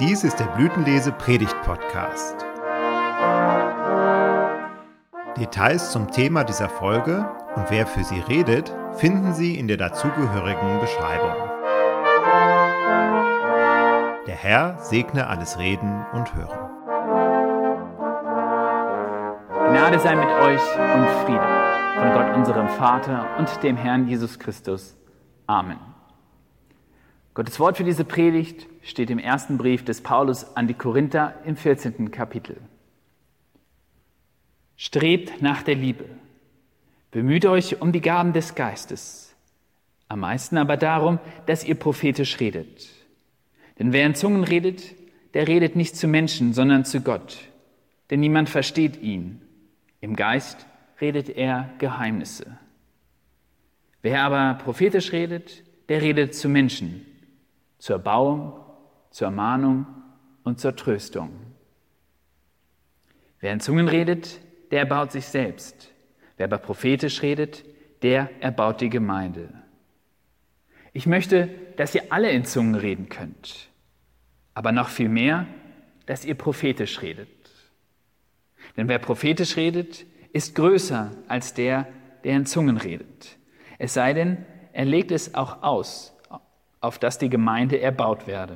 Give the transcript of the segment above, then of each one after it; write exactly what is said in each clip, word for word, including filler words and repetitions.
Dies ist der Blütenlese-Predigt-Podcast. Details zum Thema dieser Folge und wer für sie redet, finden Sie in der dazugehörigen Beschreibung. Der Herr segne alles Reden und Hören. Gnade sei mit euch und Friede von Gott unserem Vater und dem Herrn Jesus Christus. Amen. Gottes Wort für diese Predigt steht im ersten Brief des Paulus an die Korinther im vierzehnten Kapitel. Strebt nach der Liebe, bemüht euch um die Gaben des Geistes, am meisten aber darum, dass ihr prophetisch redet. Denn wer in Zungen redet, der redet nicht zu Menschen, sondern zu Gott, denn niemand versteht ihn. Im Geist redet er Geheimnisse. Wer aber prophetisch redet, der redet zu Menschen, zur Erbauung, zur Ermahnung und zur Tröstung. Wer in Zungen redet, der erbaut sich selbst. Wer aber prophetisch redet, der erbaut die Gemeinde. Ich möchte, dass ihr alle in Zungen reden könnt, aber noch viel mehr, dass ihr prophetisch redet. Denn wer prophetisch redet, ist größer als der, der in Zungen redet. Es sei denn, er legt es auch aus, auf dass die Gemeinde erbaut werde.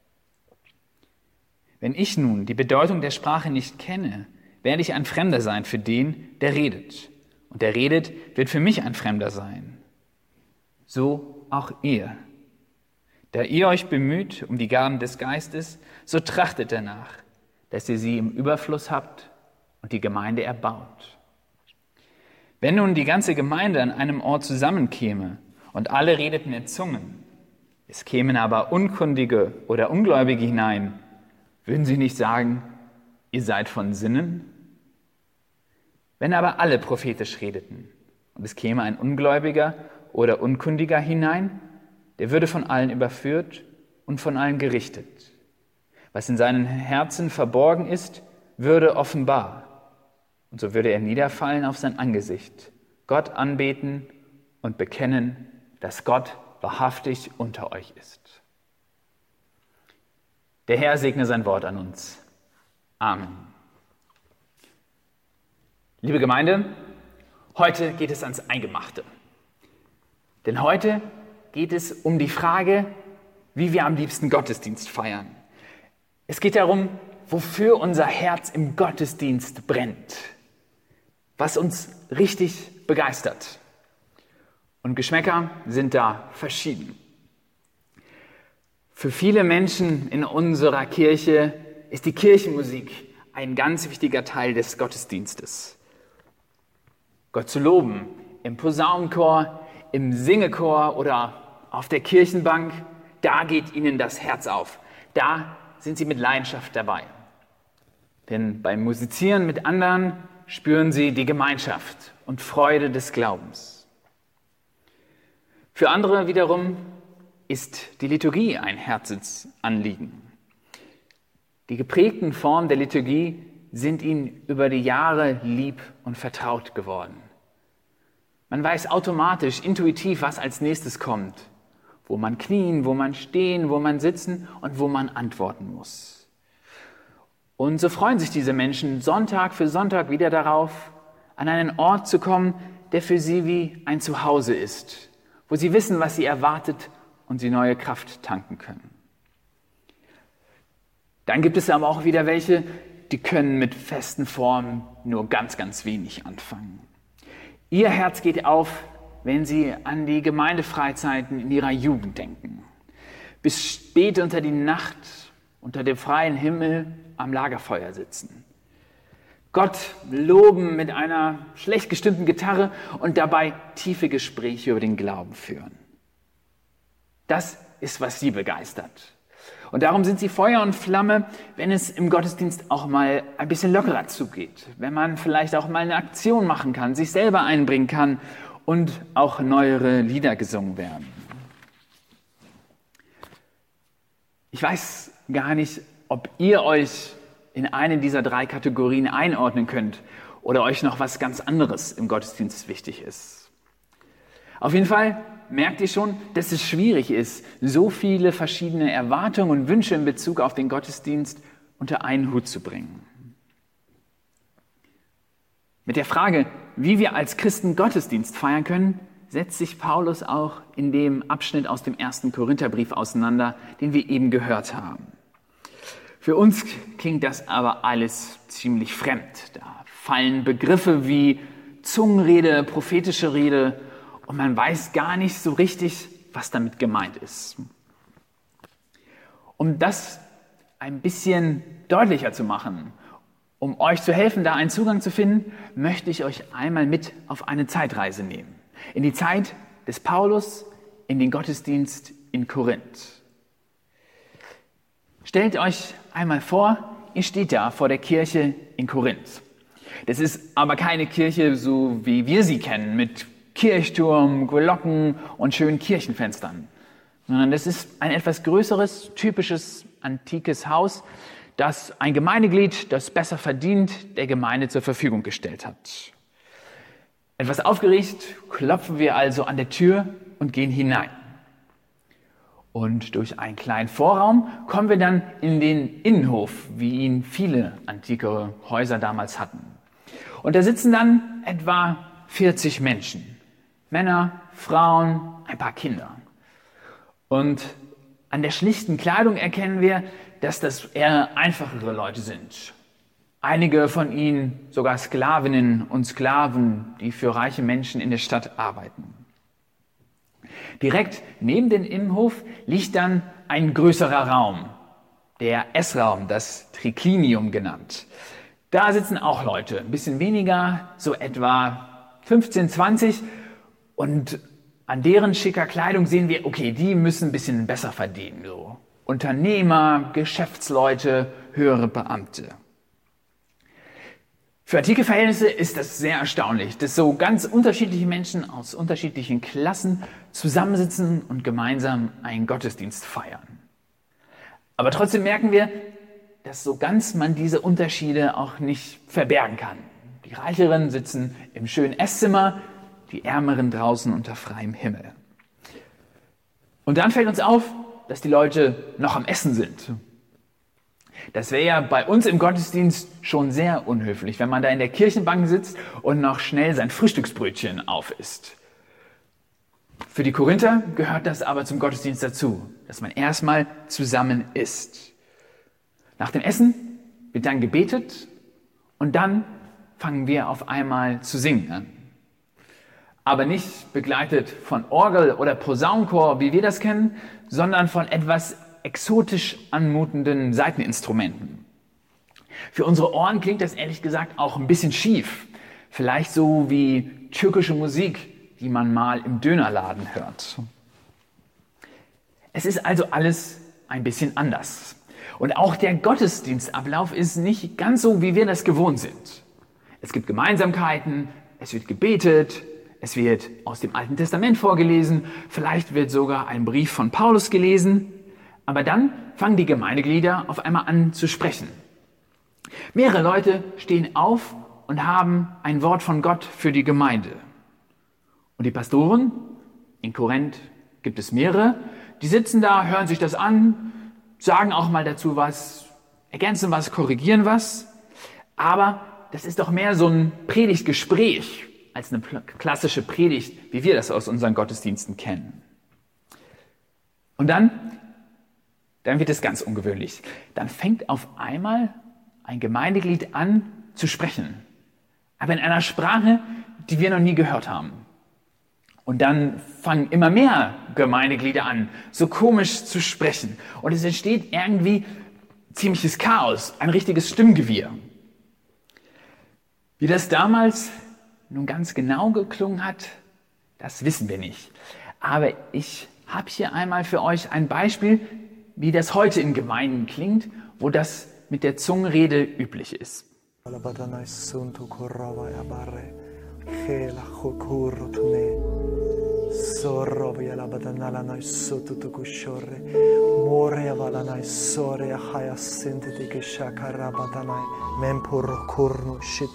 Wenn ich nun die Bedeutung der Sprache nicht kenne, werde ich ein Fremder sein für den, der redet. Und der redet, wird für mich ein Fremder sein. So auch ihr. Da ihr euch bemüht um die Gaben des Geistes, so trachtet danach, dass ihr sie im Überfluss habt und die Gemeinde erbaut. Wenn nun die ganze Gemeinde an einem Ort zusammenkäme und alle redeten in Zungen, es kämen aber Unkundige oder Ungläubige hinein, würden sie nicht sagen, ihr seid von Sinnen? Wenn aber alle prophetisch redeten und es käme ein Ungläubiger oder Unkundiger hinein, der würde von allen überführt und von allen gerichtet. Was in seinen Herzen verborgen ist, würde offenbar. Und so würde er niederfallen auf sein Angesicht, Gott anbeten und bekennen, dass Gott wahrhaftig unter euch ist. Der Herr segne sein Wort an uns. Amen. Liebe Gemeinde, heute geht es ans Eingemachte. Denn heute geht es um die Frage, wie wir am liebsten Gottesdienst feiern. Es geht darum, wofür unser Herz im Gottesdienst brennt, was uns richtig begeistert. Und Geschmäcker sind da verschieden. Für viele Menschen in unserer Kirche ist die Kirchenmusik ein ganz wichtiger Teil des Gottesdienstes. Gott zu loben, im Posaunenchor, im Singechor oder auf der Kirchenbank, da geht ihnen das Herz auf. Da sind sie mit Leidenschaft dabei. Denn beim Musizieren mit anderen spüren sie die Gemeinschaft und Freude des Glaubens. Für andere wiederum ist die Liturgie ein Herzensanliegen. Die geprägten Formen der Liturgie sind ihnen über die Jahre lieb und vertraut geworden. Man weiß automatisch, intuitiv, was als nächstes kommt, wo man knien, wo man stehen, wo man sitzen und wo man antworten muss. Und so freuen sich diese Menschen Sonntag für Sonntag wieder darauf, an einen Ort zu kommen, der für sie wie ein Zuhause ist, wo sie wissen, was sie erwartet und sie neue Kraft tanken können. Dann gibt es aber auch wieder welche, die können mit festen Formen nur ganz, ganz wenig anfangen. Ihr Herz geht auf, wenn sie an die Gemeindefreizeiten in ihrer Jugend denken. Bis spät unter die Nacht unter dem freien Himmel am Lagerfeuer sitzen. Gott loben mit einer schlecht gestimmten Gitarre und dabei tiefe Gespräche über den Glauben führen. Das ist, was sie begeistert. Und darum sind sie Feuer und Flamme, wenn es im Gottesdienst auch mal ein bisschen lockerer zugeht. Wenn man vielleicht auch mal eine Aktion machen kann, sich selber einbringen kann und auch neuere Lieder gesungen werden. Ich weiß gar nicht, ob ihr euch in eine dieser drei Kategorien einordnen könnt oder euch noch was ganz anderes im Gottesdienst wichtig ist. Auf jeden Fall merkt ihr schon, dass es schwierig ist, so viele verschiedene Erwartungen und Wünsche in Bezug auf den Gottesdienst unter einen Hut zu bringen. Mit der Frage, wie wir als Christen Gottesdienst feiern können, setzt sich Paulus auch in dem Abschnitt aus dem ersten Korintherbrief auseinander, den wir eben gehört haben. Für uns klingt das aber alles ziemlich fremd. Da fallen Begriffe wie Zungenrede, prophetische Rede und man weiß gar nicht so richtig, was damit gemeint ist. Um das ein bisschen deutlicher zu machen, um euch zu helfen, da einen Zugang zu finden, möchte ich euch einmal mit auf eine Zeitreise nehmen. In die Zeit des Paulus, in den Gottesdienst in Korinth. Stellt euch einmal vor, ihr steht da vor der Kirche in Korinth. Das ist aber keine Kirche, so wie wir sie kennen, mit Kirchturm, Glocken und schönen Kirchenfenstern, sondern das ist ein etwas größeres, typisches, antikes Haus, das ein Gemeindeglied, das besser verdient, der Gemeinde zur Verfügung gestellt hat. Etwas aufgeregt klopfen wir also an der Tür und gehen hinein. Und durch einen kleinen Vorraum kommen wir dann in den Innenhof, wie ihn viele antike Häuser damals hatten. Und da sitzen dann etwa vierzig Menschen. Männer, Frauen, ein paar Kinder. Und an der schlichten Kleidung erkennen wir, dass das eher einfachere Leute sind. Einige von ihnen sogar Sklavinnen und Sklaven, die für reiche Menschen in der Stadt arbeiten. Direkt neben dem Innenhof liegt dann ein größerer Raum, der Essraum, das Triclinium genannt. Da sitzen auch Leute, ein bisschen weniger, so etwa fünfzehn, zwanzig. Und an deren schicker Kleidung sehen wir, okay, die müssen ein bisschen besser verdienen. So. Unternehmer, Geschäftsleute, höhere Beamte. Für antike Verhältnisse ist das sehr erstaunlich, dass so ganz unterschiedliche Menschen aus unterschiedlichen Klassen zusammensitzen und gemeinsam einen Gottesdienst feiern. Aber trotzdem merken wir, dass so ganz man diese Unterschiede auch nicht verbergen kann. Die Reicheren sitzen im schönen Esszimmer, die Ärmeren draußen unter freiem Himmel. Und dann fällt uns auf, dass die Leute noch am Essen sind. Das wäre ja bei uns im Gottesdienst schon sehr unhöflich, wenn man da in der Kirchenbank sitzt und noch schnell sein Frühstücksbrötchen aufisst. Für die Korinther gehört das aber zum Gottesdienst dazu, dass man erstmal zusammen isst. Nach dem Essen wird dann gebetet und dann fangen wir auf einmal zu singen an. Aber nicht begleitet von Orgel oder Posaunenchor, wie wir das kennen, sondern von etwas exotisch anmutenden Saiteninstrumenten. Für unsere Ohren klingt das ehrlich gesagt auch ein bisschen schief. Vielleicht so wie türkische Musik, die man mal im Dönerladen hört. Es ist also alles ein bisschen anders. Und auch der Gottesdienstablauf ist nicht ganz so, wie wir das gewohnt sind. Es gibt Gemeinsamkeiten, es wird gebetet, es wird aus dem Alten Testament vorgelesen, vielleicht wird sogar ein Brief von Paulus gelesen. Aber dann fangen die Gemeindeglieder auf einmal an zu sprechen. Mehrere Leute stehen auf und haben ein Wort von Gott für die Gemeinde. Und die Pastoren, in Korinth gibt es mehrere, die sitzen da, hören sich das an, sagen auch mal dazu was, ergänzen was, korrigieren was. Aber das ist doch mehr so ein Predigtgespräch als eine klassische Predigt, wie wir das aus unseren Gottesdiensten kennen. Und dann Dann wird es ganz ungewöhnlich. Dann fängt auf einmal ein Gemeindeglied an zu sprechen. Aber in einer Sprache, die wir noch nie gehört haben. Und dann fangen immer mehr Gemeindeglieder an, so komisch zu sprechen. Und es entsteht irgendwie ziemliches Chaos, ein richtiges Stimmgewirr. Wie das damals nun ganz genau geklungen hat, das wissen wir nicht. Aber ich habe hier einmal für euch ein Beispiel, wie das heute in Gemeinden klingt, wo das mit der Zungenrede üblich ist.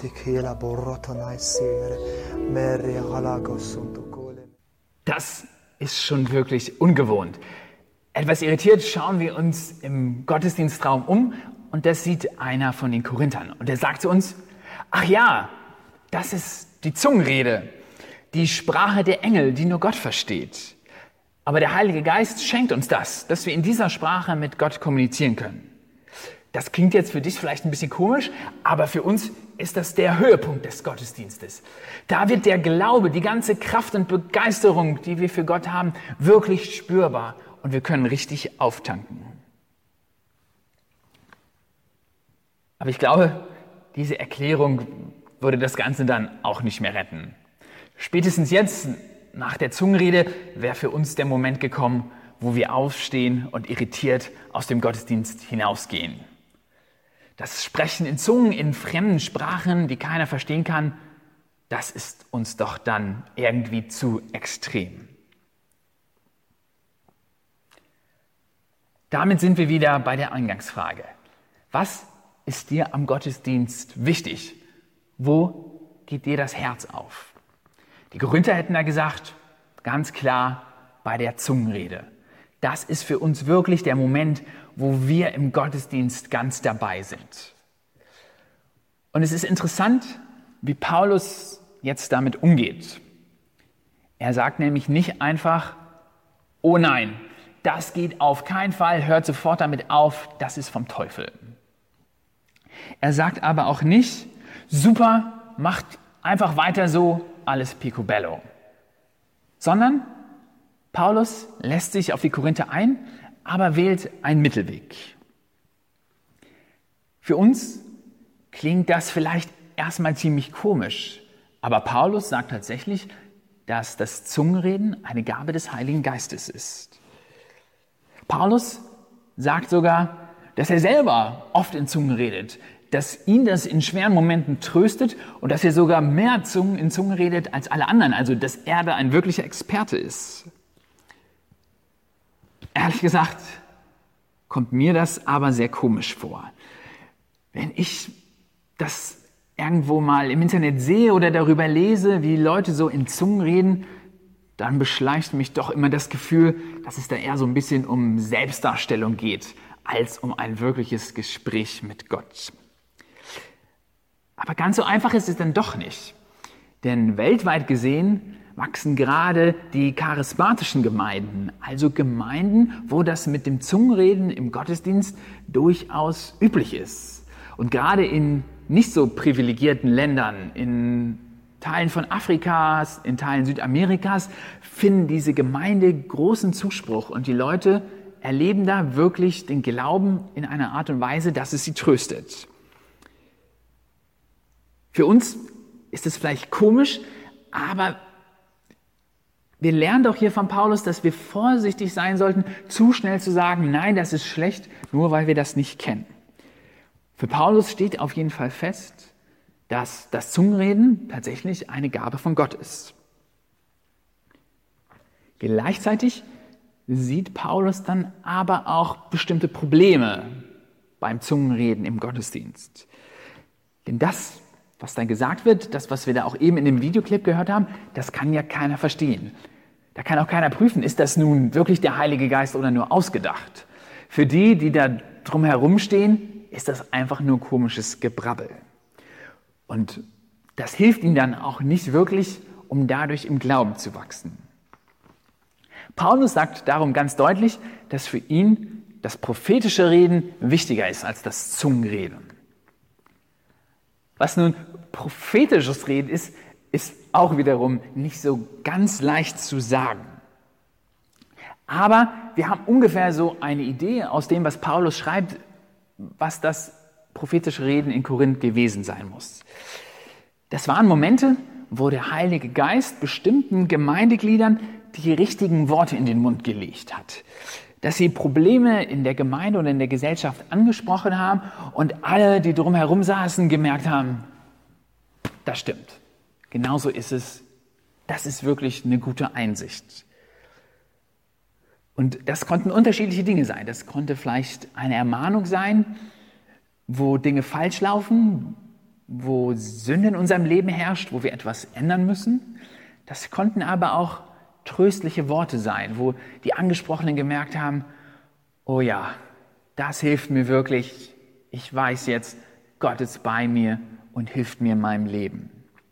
Das ist schon wirklich ungewohnt. Etwas irritiert schauen wir uns im Gottesdienstraum um und das sieht einer von den Korinthern. Und er sagt zu uns, ach ja, das ist die Zungenrede, die Sprache der Engel, die nur Gott versteht. Aber der Heilige Geist schenkt uns das, dass wir in dieser Sprache mit Gott kommunizieren können. Das klingt jetzt für dich vielleicht ein bisschen komisch, aber für uns ist das der Höhepunkt des Gottesdienstes. Da wird der Glaube, die ganze Kraft und Begeisterung, die wir für Gott haben, wirklich spürbar und wir können richtig auftanken. Aber ich glaube, diese Erklärung würde das Ganze dann auch nicht mehr retten. Spätestens jetzt, nach der Zungenrede, wäre für uns der Moment gekommen, wo wir aufstehen und irritiert aus dem Gottesdienst hinausgehen. Das Sprechen in Zungen, in fremden Sprachen, die keiner verstehen kann, das ist uns doch dann irgendwie zu extrem. Damit sind wir wieder bei der Eingangsfrage. Was ist dir am Gottesdienst wichtig? Wo geht dir das Herz auf? Die Korinther hätten da gesagt, ganz klar bei der Zungenrede. Das ist für uns wirklich der Moment, wo wir im Gottesdienst ganz dabei sind. Und es ist interessant, wie Paulus jetzt damit umgeht. Er sagt nämlich nicht einfach, oh nein, das geht auf keinen Fall, hört sofort damit auf, das ist vom Teufel. Er sagt aber auch nicht, super, macht einfach weiter so, alles picobello. Sondern Paulus lässt sich auf die Korinther ein, aber wählt einen Mittelweg. Für uns klingt das vielleicht erstmal ziemlich komisch, aber Paulus sagt tatsächlich, dass das Zungenreden eine Gabe des Heiligen Geistes ist. Paulus sagt sogar, dass er selber oft in Zungen redet, dass ihn das in schweren Momenten tröstet und dass er sogar mehr Zungen in Zungen redet als alle anderen, also dass er da ein wirklicher Experte ist. Ehrlich gesagt, kommt mir das aber sehr komisch vor. Wenn ich das irgendwo mal im Internet sehe oder darüber lese, wie Leute so in Zungen reden, dann beschleicht mich doch immer das Gefühl, dass es da eher so ein bisschen um Selbstdarstellung geht, als um ein wirkliches Gespräch mit Gott. Aber ganz so einfach ist es dann doch nicht. Denn weltweit gesehen wachsen gerade die charismatischen Gemeinden, also Gemeinden, wo das mit dem Zungenreden im Gottesdienst durchaus üblich ist. Und gerade in nicht so privilegierten Ländern, in Teilen von Afrikas, in Teilen Südamerikas, finden diese Gemeinde großen Zuspruch und die Leute erleben da wirklich den Glauben in einer Art und Weise, dass es sie tröstet. Für uns ist es vielleicht komisch, aber wir lernen doch hier von Paulus, dass wir vorsichtig sein sollten, zu schnell zu sagen, nein, das ist schlecht, nur weil wir das nicht kennen. Für Paulus steht auf jeden Fall fest, dass das Zungenreden tatsächlich eine Gabe von Gott ist. Gleichzeitig sieht Paulus dann aber auch bestimmte Probleme beim Zungenreden im Gottesdienst. Denn das, was dann gesagt wird, das, was wir da auch eben in dem Videoclip gehört haben, das kann ja keiner verstehen. Da kann auch keiner prüfen, ist das nun wirklich der Heilige Geist oder nur ausgedacht. Für die, die da drumherum stehen, ist das einfach nur komisches Gebrabbel. Und das hilft ihnen dann auch nicht wirklich, um dadurch im Glauben zu wachsen. Paulus sagt darum ganz deutlich, dass für ihn das prophetische Reden wichtiger ist als das Zungenreden. Was nun prophetisches Reden ist, ist auch wiederum nicht so ganz leicht zu sagen. Aber wir haben ungefähr so eine Idee aus dem, was Paulus schreibt, was das prophetische Reden in Korinth gewesen sein muss. Das waren Momente, wo der Heilige Geist bestimmten Gemeindegliedern die richtigen Worte in den Mund gelegt hat. Dass sie Probleme in der Gemeinde und in der Gesellschaft angesprochen haben und alle, die drumherum saßen, gemerkt haben, das stimmt. Genauso ist es. Das ist wirklich eine gute Einsicht. Und das konnten unterschiedliche Dinge sein. Das konnte vielleicht eine Ermahnung sein, wo Dinge falsch laufen, wo Sünde in unserem Leben herrscht, wo wir etwas ändern müssen. Das konnten aber auch tröstliche Worte sein, wo die Angesprochenen gemerkt haben, oh ja, das hilft mir wirklich. Ich weiß jetzt, Gott ist bei mir und hilft mir in meinem Leben.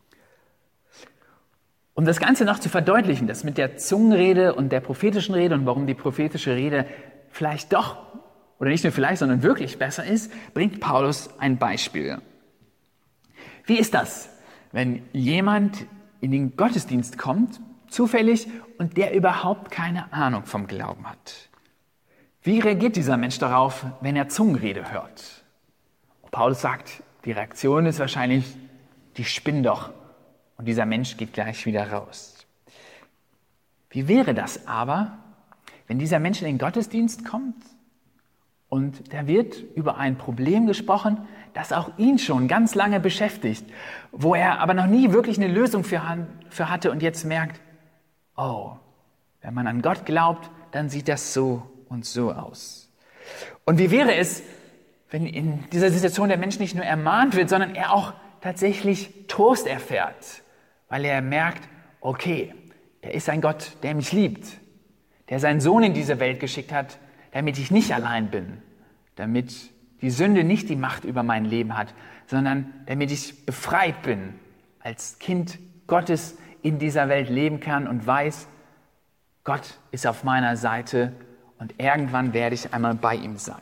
Um das Ganze noch zu verdeutlichen, das mit der Zungenrede und der prophetischen Rede und warum die prophetische Rede vielleicht doch, oder nicht nur vielleicht, sondern wirklich besser ist, bringt Paulus ein Beispiel. Wie ist das, wenn jemand in den Gottesdienst kommt, zufällig, und der überhaupt keine Ahnung vom Glauben hat? Wie reagiert dieser Mensch darauf, wenn er Zungenrede hört? Und Paulus sagt, die Reaktion ist wahrscheinlich, die spinnen doch. Und dieser Mensch geht gleich wieder raus. Wie wäre das aber, wenn dieser Mensch in den Gottesdienst kommt und da wird über ein Problem gesprochen, das auch ihn schon ganz lange beschäftigt, wo er aber noch nie wirklich eine Lösung für, für hatte und jetzt merkt, oh, wenn man an Gott glaubt, dann sieht das so und so aus. Und wie wäre es, wenn in dieser Situation der Mensch nicht nur ermahnt wird, sondern er auch tatsächlich Trost erfährt, weil er merkt, okay, da ist ein Gott, der mich liebt, der seinen Sohn in diese Welt geschickt hat, damit ich nicht allein bin, damit die Sünde nicht die Macht über mein Leben hat, sondern damit ich befreit bin, als Kind Gottes in dieser Welt leben kann und weiß, Gott ist auf meiner Seite und irgendwann werde ich einmal bei ihm sein.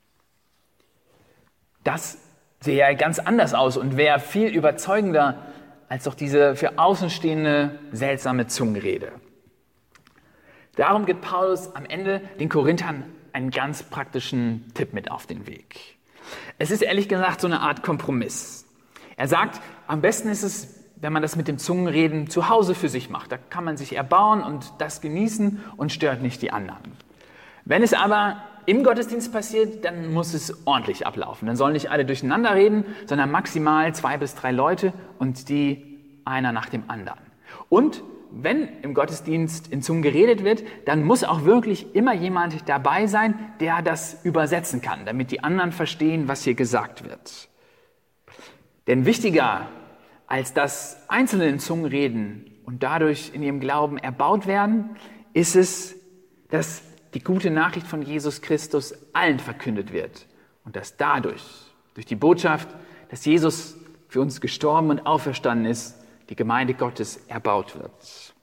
Das sähe ja ganz anders aus und wäre viel überzeugender als doch diese für Außenstehende seltsame Zungenrede. Darum gibt Paulus am Ende den Korinthern einen ganz praktischen Tipp mit auf den Weg. Es ist ehrlich gesagt so eine Art Kompromiss. Er sagt, am besten ist es, wenn man das mit dem Zungenreden zu Hause für sich macht. Da kann man sich erbauen und das genießen und stört nicht die anderen. Wenn es aber im Gottesdienst passiert, dann muss es ordentlich ablaufen. Dann sollen nicht alle durcheinander reden, sondern maximal zwei bis drei Leute und die einer nach dem anderen. Und wenn im Gottesdienst in Zungen geredet wird, dann muss auch wirklich immer jemand dabei sein, der das übersetzen kann, damit die anderen verstehen, was hier gesagt wird. Denn wichtiger als dass Einzelne in Zungen reden und dadurch in ihrem Glauben erbaut werden, ist es, dass die gute Nachricht von Jesus Christus allen verkündet wird und dass dadurch, durch die Botschaft, dass Jesus für uns gestorben und auferstanden ist, die Gemeinde Gottes erbaut wird.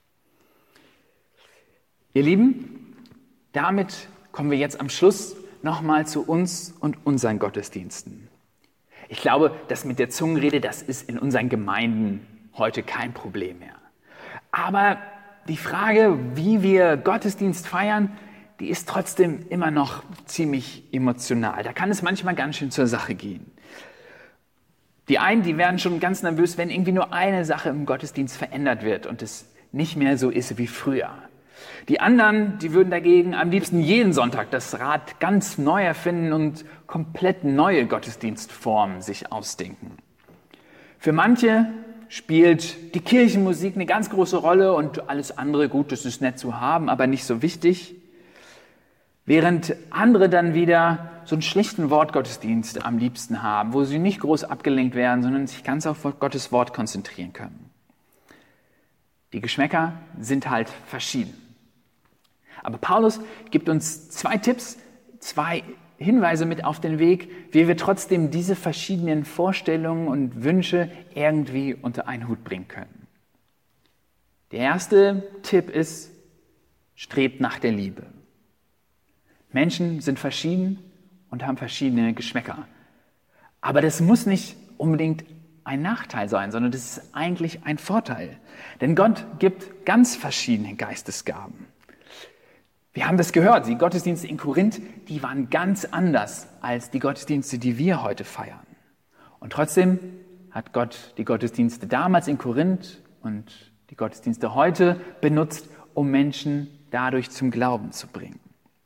Ihr Lieben, damit kommen wir jetzt am Schluss nochmal zu uns und unseren Gottesdiensten. Ich glaube, das mit der Zungenrede, das ist in unseren Gemeinden heute kein Problem mehr. Aber die Frage, wie wir Gottesdienst feiern, die ist trotzdem immer noch ziemlich emotional. Da kann es manchmal ganz schön zur Sache gehen. Die einen, die werden schon ganz nervös, wenn irgendwie nur eine Sache im Gottesdienst verändert wird und es nicht mehr so ist wie früher. Die anderen, die würden dagegen am liebsten jeden Sonntag das Rad ganz neu erfinden und komplett neue Gottesdienstformen sich ausdenken. Für manche spielt die Kirchenmusik eine ganz große Rolle und alles andere, gut, das ist nett zu haben, aber nicht so wichtig. Während andere dann wieder so einen schlichten Wortgottesdienst am liebsten haben, wo sie nicht groß abgelenkt werden, sondern sich ganz auf Gottes Wort konzentrieren können. Die Geschmäcker sind halt verschieden. Aber Paulus gibt uns zwei Tipps, zwei Hinweise mit auf den Weg, wie wir trotzdem diese verschiedenen Vorstellungen und Wünsche irgendwie unter einen Hut bringen können. Der erste Tipp ist, strebt nach der Liebe. Menschen sind verschieden und haben verschiedene Geschmäcker. Aber das muss nicht unbedingt ein Nachteil sein, sondern das ist eigentlich ein Vorteil. Denn Gott gibt ganz verschiedene Geistesgaben. Wir haben das gehört, die Gottesdienste in Korinth, die waren ganz anders als die Gottesdienste, die wir heute feiern. Und trotzdem hat Gott die Gottesdienste damals in Korinth und die Gottesdienste heute benutzt, um Menschen dadurch zum Glauben zu bringen.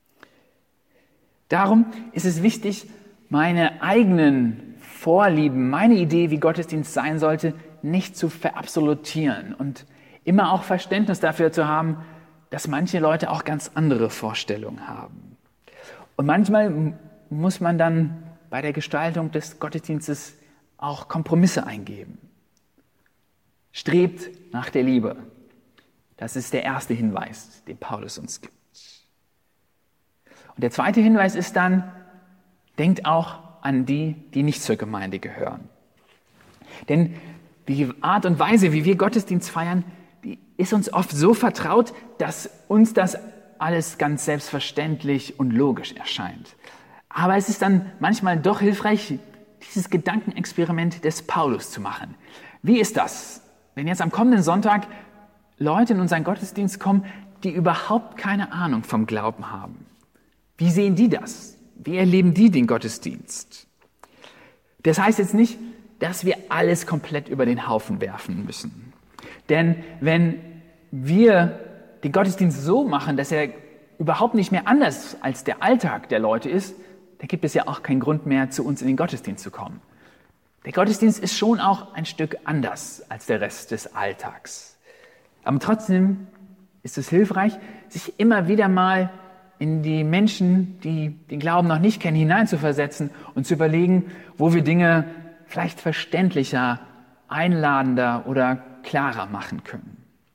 Darum ist es wichtig, meine eigenen Vorlieben, meine Idee, wie Gottesdienst sein sollte, nicht zu verabsolutieren und immer auch Verständnis dafür zu haben, dass manche Leute auch ganz andere Vorstellungen haben. Und manchmal muss man dann bei der Gestaltung des Gottesdienstes auch Kompromisse eingeben. Strebt nach der Liebe. Das ist der erste Hinweis, den Paulus uns gibt. Und der zweite Hinweis ist dann, denkt auch an die, die nicht zur Gemeinde gehören. Denn die Art und Weise, wie wir Gottesdienst feiern, die ist uns oft so vertraut, dass uns das alles ganz selbstverständlich und logisch erscheint. Aber es ist dann manchmal doch hilfreich, dieses Gedankenexperiment des Paulus zu machen. Wie ist das, wenn jetzt am kommenden Sonntag Leute in unseren Gottesdienst kommen, die überhaupt keine Ahnung vom Glauben haben? Wie sehen die das? Wie erleben die den Gottesdienst? Das heißt jetzt nicht, dass wir alles komplett über den Haufen werfen müssen. Denn wenn wir den Gottesdienst so machen, dass er überhaupt nicht mehr anders als der Alltag der Leute ist, dann gibt es ja auch keinen Grund mehr, zu uns in den Gottesdienst zu kommen. Der Gottesdienst ist schon auch ein Stück anders als der Rest des Alltags. Aber trotzdem ist es hilfreich, sich immer wieder mal in die Menschen, die den Glauben noch nicht kennen, hineinzuversetzen und zu überlegen, wo wir Dinge vielleicht verständlicher, einladender oder klarer machen können.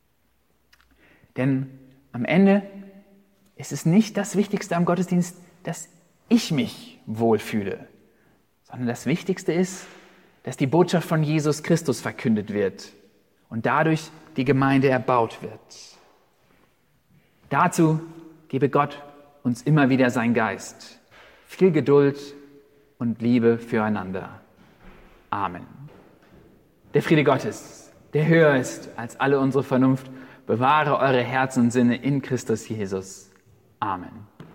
Denn am Ende ist es nicht das Wichtigste am Gottesdienst, dass ich mich wohlfühle, sondern das Wichtigste ist, dass die Botschaft von Jesus Christus verkündet wird und dadurch die Gemeinde erbaut wird. Dazu gebe Gott uns immer wieder sein Geist, viel Geduld und Liebe füreinander. Amen. Der Friede Gottes, der höher ist als alle unsere Vernunft, bewahre eure Herzen und Sinne in Christus Jesus. Amen.